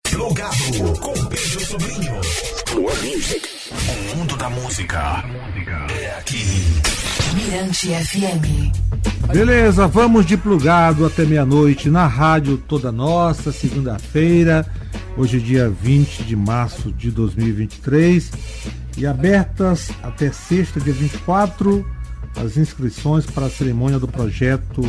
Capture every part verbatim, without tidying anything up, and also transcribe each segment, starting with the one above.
Plugado com Pedro Sobrinho. Plug Music. O mundo da música é aqui. Mirante F M. Beleza, vamos de Plugado até meia-noite na rádio toda nossa, segunda-feira, hoje dia vinte de março de dois mil e vinte e três, e abertas até sexta, dia vinte e quatro, as inscrições para a cerimônia do projeto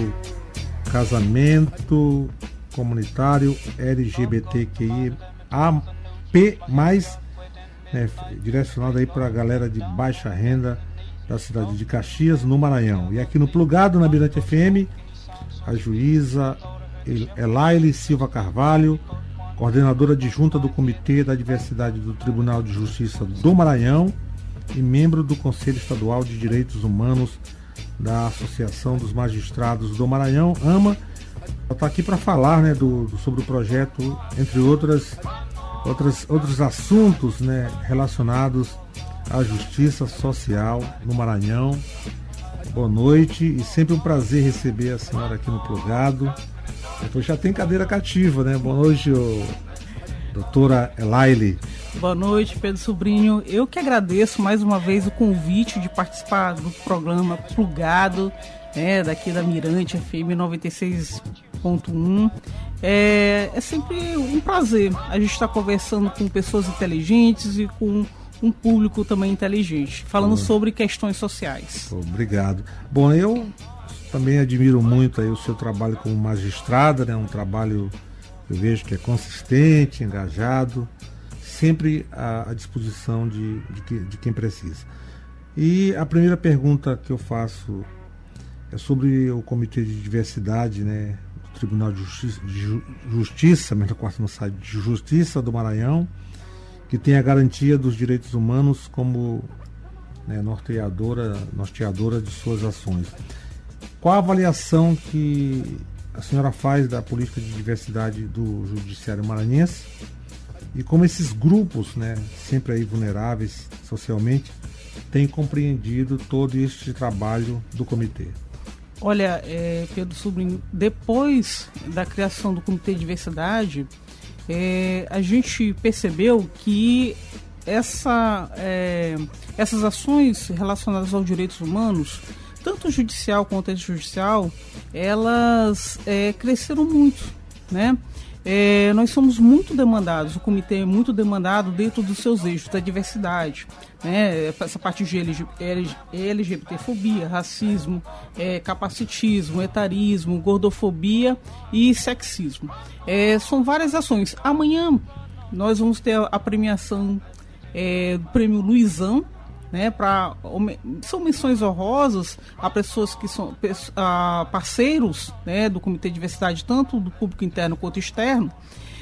Casamento Comunitário L G B T Q I A P mais, né, direcionado aí para a galera de baixa renda da cidade de Caxias, no Maranhão. E aqui no Plugado, na Mirante F M, a juíza Elaile Silva Carvalho, coordenadora adjunta do Comitê da Diversidade do Tribunal de Justiça do Maranhão e membro do Conselho Estadual de Direitos Humanos da Associação dos Magistrados do Maranhão, AMA. Ela está aqui para falar, né, do, do, sobre o projeto, entre outras, outras, outros assuntos, né, relacionados à justiça social no Maranhão. Boa noite e sempre um prazer receber a senhora aqui no Plugado. Depois já tem cadeira cativa, né? Boa noite, ô, doutora Elaile. Boa noite, Pedro Sobrinho. Eu que agradeço mais uma vez o convite de participar do programa Plugado, né, daqui da Mirante F M noventa e seis ponto um. É, é sempre um prazer a gente estar conversando com pessoas inteligentes e com um público também inteligente, falando Bom, sobre questões sociais. Obrigado. Bom, eu também admiro muito aí o seu trabalho como magistrada, né? Um trabalho que eu vejo que é consistente, engajado, sempre à, à disposição de, de, de quem precisa. E a primeira pergunta que eu faço é sobre o Comitê de Diversidade, né, do Tribunal de Justiça, de Ju, Justiça, melhor quarto no site de Justiça do Maranhão, que tem a garantia dos direitos humanos como, né, norteadora, norteadora de suas ações. Qual a avaliação que a senhora faz da política de diversidade do Judiciário Maranhense e como esses grupos, né, sempre aí vulneráveis socialmente, têm compreendido todo este trabalho do comitê? Olha, é, Pedro Sobrinho, depois da criação do Comitê de Diversidade, É, a gente percebeu que essa, é, essas ações relacionadas aos direitos humanos, tanto judicial quanto extrajudicial, elas é, cresceram muito, né? É, nós somos muito demandados, o comitê é muito demandado dentro dos seus eixos da diversidade, né? Essa parte de L G B T fobia, racismo, é, capacitismo, etarismo, gordofobia e sexismo. É, são várias ações. Amanhã nós vamos ter a premiação é, do prêmio Luizão, né, pra, são menções honrosas a pessoas que são a parceiros, né, do Comitê de Diversidade, tanto do público interno quanto externo.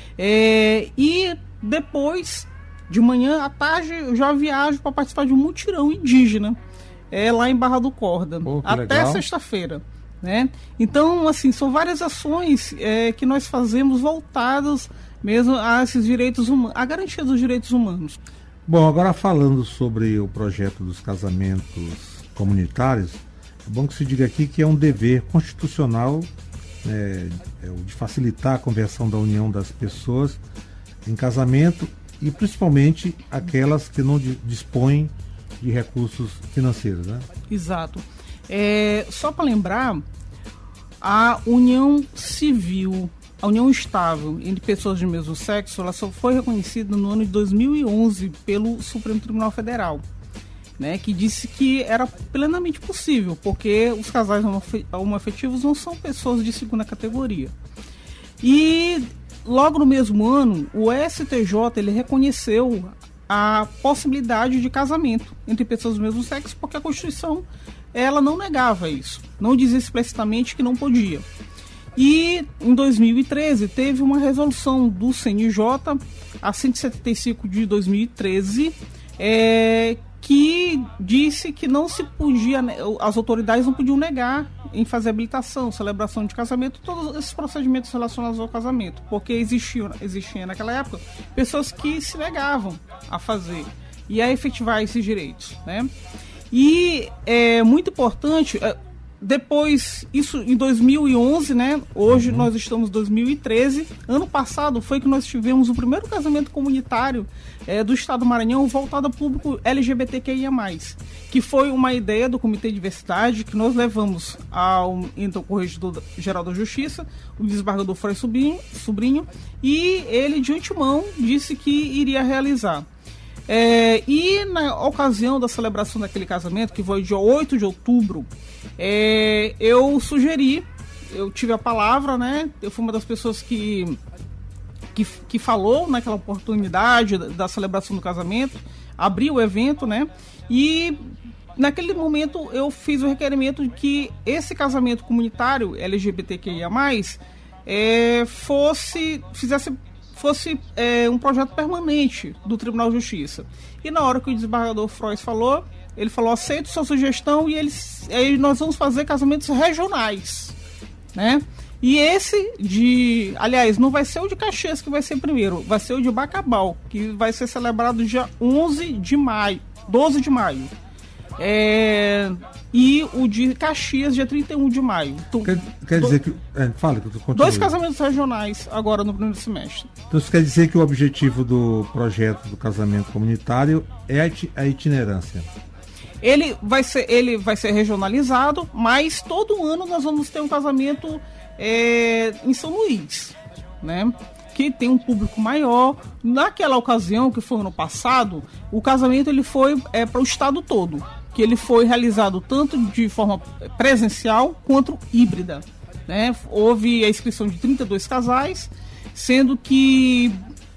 É, e depois, de manhã à tarde, eu já viajo para participar de um mutirão indígena, é, lá em Barra do Corda, oh, até sexta-feira. Né? Então, assim, são várias ações é, que nós fazemos voltadas mesmo a esses direitos humanos, a garantia dos direitos humanos. Bom, agora falando sobre o projeto dos casamentos comunitários, é bom que se diga aqui que é um dever constitucional, né, é, de facilitar a conversão da união das pessoas em casamento e principalmente aquelas que não de, dispõem de recursos financeiros, né? Exato. É, só para lembrar, a união civil, a união estável entre pessoas de mesmo sexo, ela só foi reconhecida no ano de dois mil e onze pelo Supremo Tribunal Federal, né, que disse que era plenamente possível, porque os casais homoafetivos não são pessoas de segunda categoria. E logo no mesmo ano, o S T J ele reconheceu a possibilidade de casamento entre pessoas do mesmo sexo, porque a Constituição ela não negava isso, não dizia explicitamente que não podia. E em dois mil e treze teve uma resolução do C N J, a cento e setenta e cinco de dois mil e treze, é, que disse que não se podia, as autoridades não podiam negar em fazer habilitação, celebração de casamento, todos esses procedimentos relacionados ao casamento, porque existiam, existiam naquela época pessoas que se negavam a fazer e a efetivar esses direitos, né? E é muito importante, depois, isso em dois mil e onze, né? Hoje Uhum. nós estamos em dois mil e treze. Ano passado foi que nós tivemos o primeiro casamento comunitário é, do Estado do Maranhão voltado ao público L G B T Q I A mais, que foi uma ideia do Comitê de Diversidade que nós levamos ao então Corregedor-Geral da Justiça, o desembargador Frei Sobrinho, Sobrinho, e ele de antemão disse que iria realizar. É, e na ocasião da celebração daquele casamento, que foi dia oito de outubro, é, eu sugeri, eu tive a palavra, né? Eu fui uma das pessoas que, que, que falou naquela oportunidade da, da celebração do casamento, abri o evento, né? E naquele momento eu fiz o requerimento de que esse casamento comunitário L G B T Q I A mais, é, fosse, fizesse fosse é, um projeto permanente do Tribunal de Justiça. E na hora que o desembargador Frois falou, ele falou, aceito sua sugestão e eles, aí nós vamos fazer casamentos regionais, né? E esse de, aliás, não vai ser o de Caxias que vai ser primeiro, vai ser o de Bacabal, que vai ser celebrado dia onze de maio, doze de maio. É, e o de Caxias, dia trinta e um de maio. Então, Quer, quer dizer que... É, fala que tu continua. Dois casamentos regionais agora no primeiro semestre. Então isso quer dizer que o objetivo do projeto do casamento comunitário é a iti- a itinerância. Ele vai ser, ele vai ser regionalizado, mas todo ano nós vamos ter um casamento é, em São Luís, né? Que tem um público maior. Naquela ocasião, que foi ano passado, o casamento ele foi é, para o estado todo, que ele foi realizado tanto de forma presencial quanto híbrida, né? Houve a inscrição de trinta e dois casais, sendo que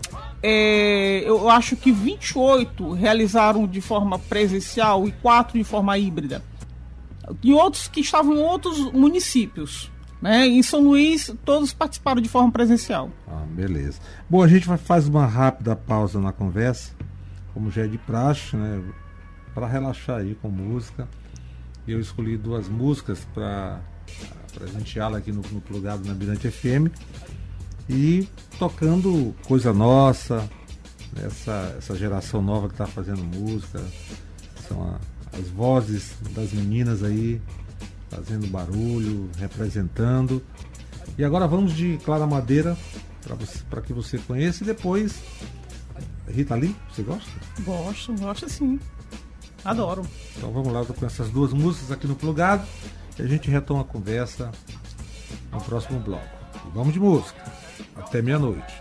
é, eu acho que vinte e oito realizaram de forma presencial e quatro de forma híbrida. E outros que estavam em outros municípios, né? Em São Luís, todos participaram de forma presencial. Ah, beleza. Bom, a gente vai fazer uma rápida pausa na conversa, como já é de praxe, né? Para relaxar aí com música. Eu escolhi duas músicas para presenteá-la aqui no, no Plugado na Mirante F M. E tocando coisa nossa, essa, essa geração nova que está fazendo música. São a, as vozes das meninas aí, fazendo barulho, representando. E agora vamos de Clara Madeira, para que você conheça. E depois, Rita Lee, você gosta? Gosto, gosto sim. Adoro. Então vamos lá, eu tô com essas duas músicas aqui no Plugado. E a gente retoma a conversa no próximo bloco. E vamos de música. Até meia-noite.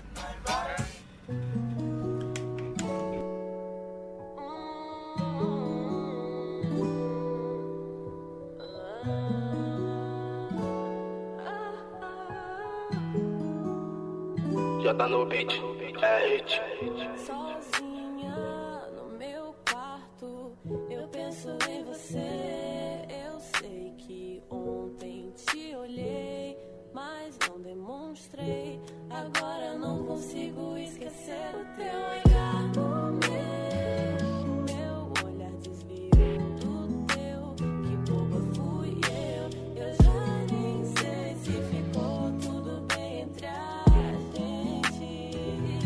Já tá no beat, é hit. Sozinha no meu quarto, eu penso em você. Eu sei que ontem te olhei, mas não demonstrei. Agora não consigo esquecer o teu olhar no meu. Meu olhar desviou do teu. Que boba fui eu. Eu já nem sei se ficou tudo bem entre a gente.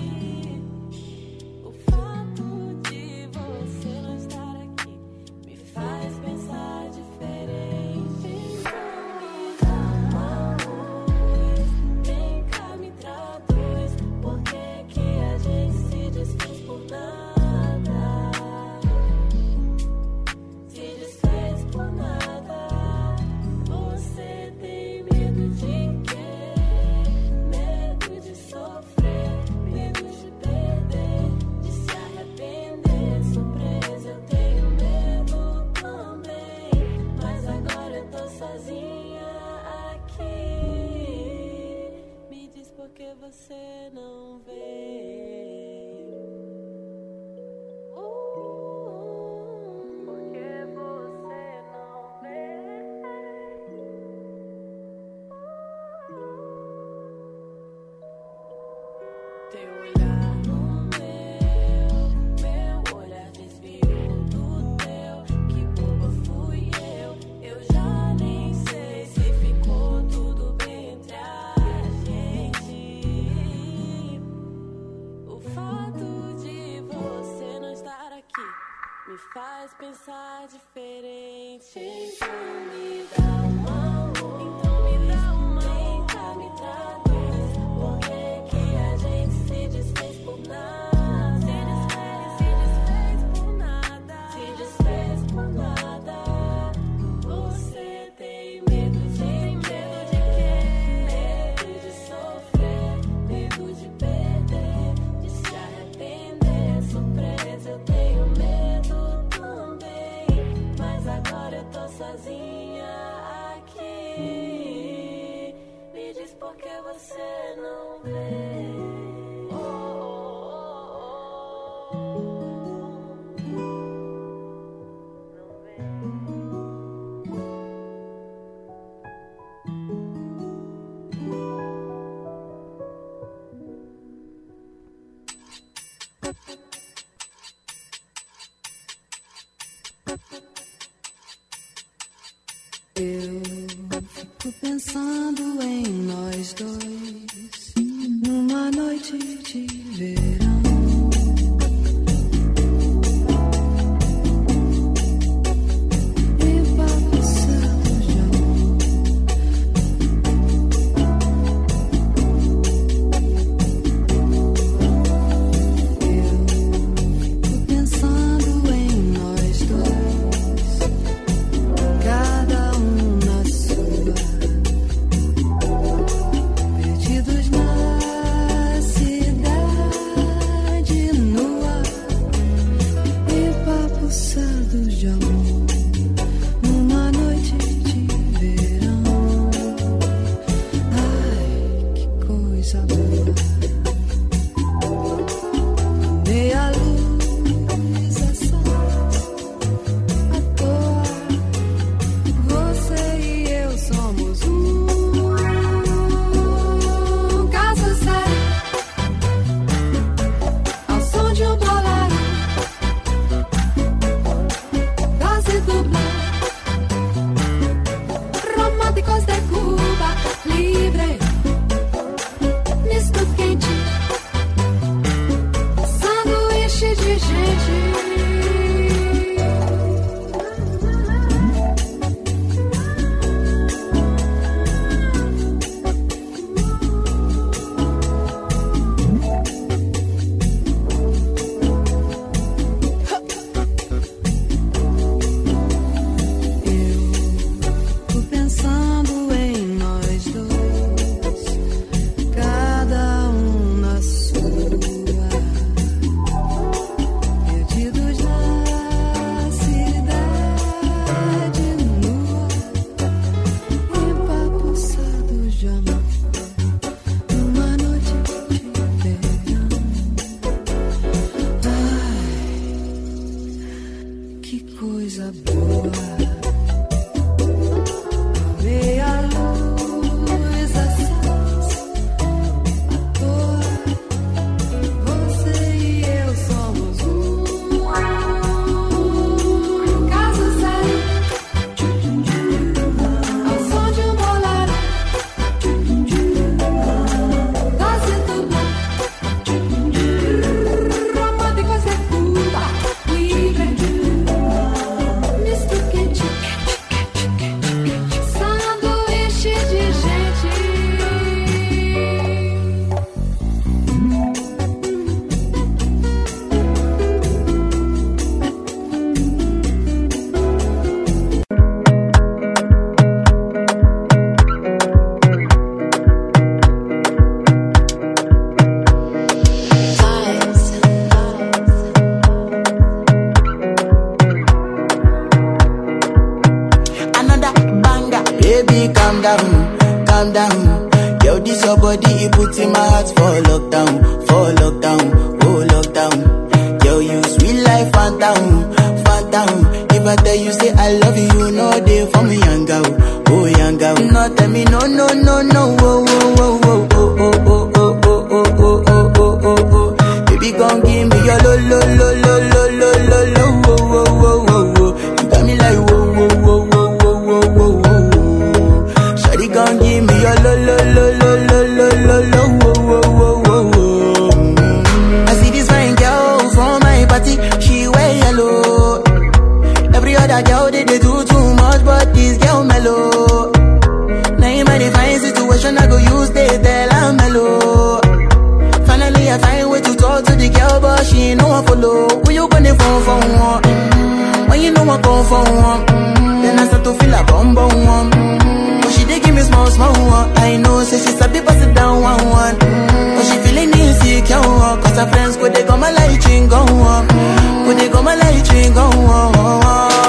O fato de você não estar aqui me faz pensar diferente. Me dá uma luz, vem cá, me traduz. Por que que a gente se desfez por nada? Se desfez por nada. Você tem medo de quê? Medo de sofrer, medo de perder, de se arrepender. Surpresa, eu tenho medo também. Mas agora eu tô sozinha aqui. Me diz por que você não veio. Uh, por que você não veio? Teu olhar no meu, meu olhar desviou do teu. Que boba fui eu, eu já nem sei se ficou tudo bem entre a gente. O fato de você não estar aqui me faz pensar diferente. Então me dá uma luz, então me dá uma luz, tenta me traduz. Por que que a gente se desfez por nada? Se desfez, se desfez por nada. Se desfez por nada. Você tem medo de, medo de quê? Medo de sofrer, medo de perder, de se arrepender. Surpresa, eu tenho medo também. Mas agora eu tô sozinha aqui. Me diz por que você não vê. Oh, oh, oh, oh. Não vê. Eu fico pensando em nós dois, numa noite de verão. E papo certo de amor. Eu fico pensando em nós dois, cada um na sua, perdidos na cidade nua, e papuçados de amor, numa noite de verão. Ai, que coisa boa. Meia luz acesa à toa, você e eu somos um caso sério, ao som de um bolero, dose dupla, românticos de Cuba, livre, misto quente, sanduíche de gente. Eu fico pensando em nós dois, cada um na sua, perdidos na cidade nua, empapuçados de amor, numa noite de verão. Ai, que coisa boa. Meia luz acesa à toa, você e eu somos um caso sério, ao som de um bolero, dose dupla, românticos de Cuba, livre, misto quente, sanduíche de gente. Another banger. Baby, calm down, calm down. Yo, this your body, it puts in my heart for lockdown, for lockdown, oh lockdown. Yo, you sweet life, phantom, phantom. If I tell you say I love you, no day for me, young girl, oh young girl. No tell me no, no, no, no, oh, oh, oh, oh, oh, oh, oh, oh, oh, oh, oh, oh, oh, oh. Baby, gon' give me your lo, lo, lo, lo, lo, lo, lo, lo, oh, oh, oh, oh, oh. You got me like whoa, whoa, whoa, whoa, whoa, whoa, whoa, whoa. Shawty gon' give me your lo, lo, lo, lo, lo, lo, lo, lo, oh, oh, oh, oh, oh. I see this fine girl from my party, she wear yellow. to the girl, but she ain't no one follow. Who you gonna phone for one? Mm-hmm. When you know I come for one, mm-hmm. then I start to feel a bum bum one. Mm-hmm. But she dey give me small small one. I know, say she sabi pass it down one one. Mm-hmm. But she feeling insecure, cause her friends go they come a light ring go on. Go they come a light ring go on.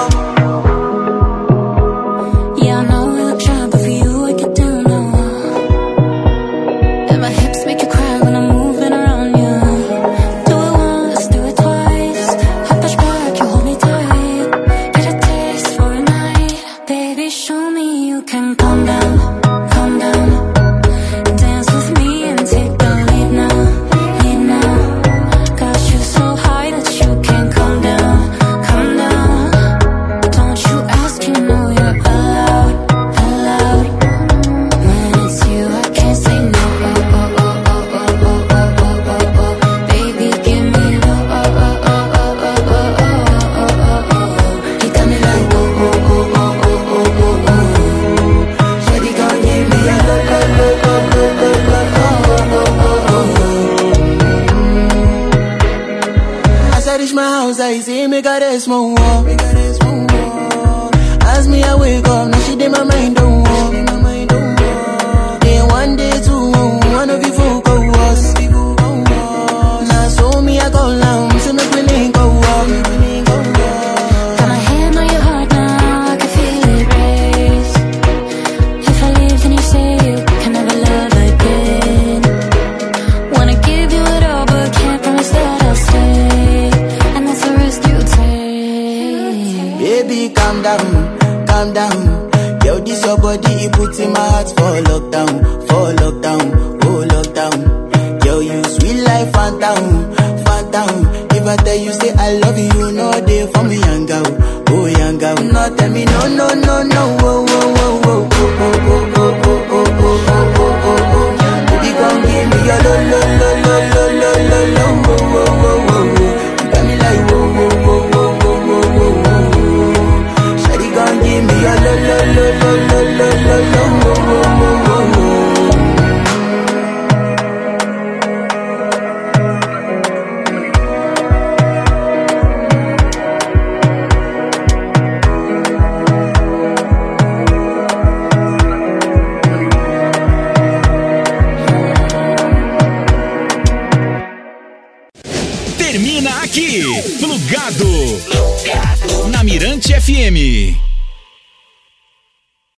Small wall. As me I wake up, now she did my mind don't walk. Then one day two, one of you folk go was. Now so me I go down, so me willing go walk. Got my hand on your heart now, I can feel it race. If I leave then you say you can never love again. Wanna give you it all but can't promise that I'll stay. And that's the risk you take. Baby, calm down, calm down. Yo, this your body, it puts in my heart for lockdown, for lockdown, oh lockdown. Yo, you sweet life, phantom, phantom. If I tell you say I love you, no day for me, young girl, oh young girl. No, tell me no, no, no, no, oh, oh, oh, oh, oh, oh, oh, oh, oh, oh, oh, oh, oh, oh. Baby, come give me your lo, lo, lo, lo, lo, lo, lo, lo, oh, oh, oh, oh, oh. You got me like whoa, whoa, whoa, whoa. Give me your lo lo lo lo lo lo lo lo lo lo lo. Termina aqui, Plugado, Plugado. Na Mirante F M.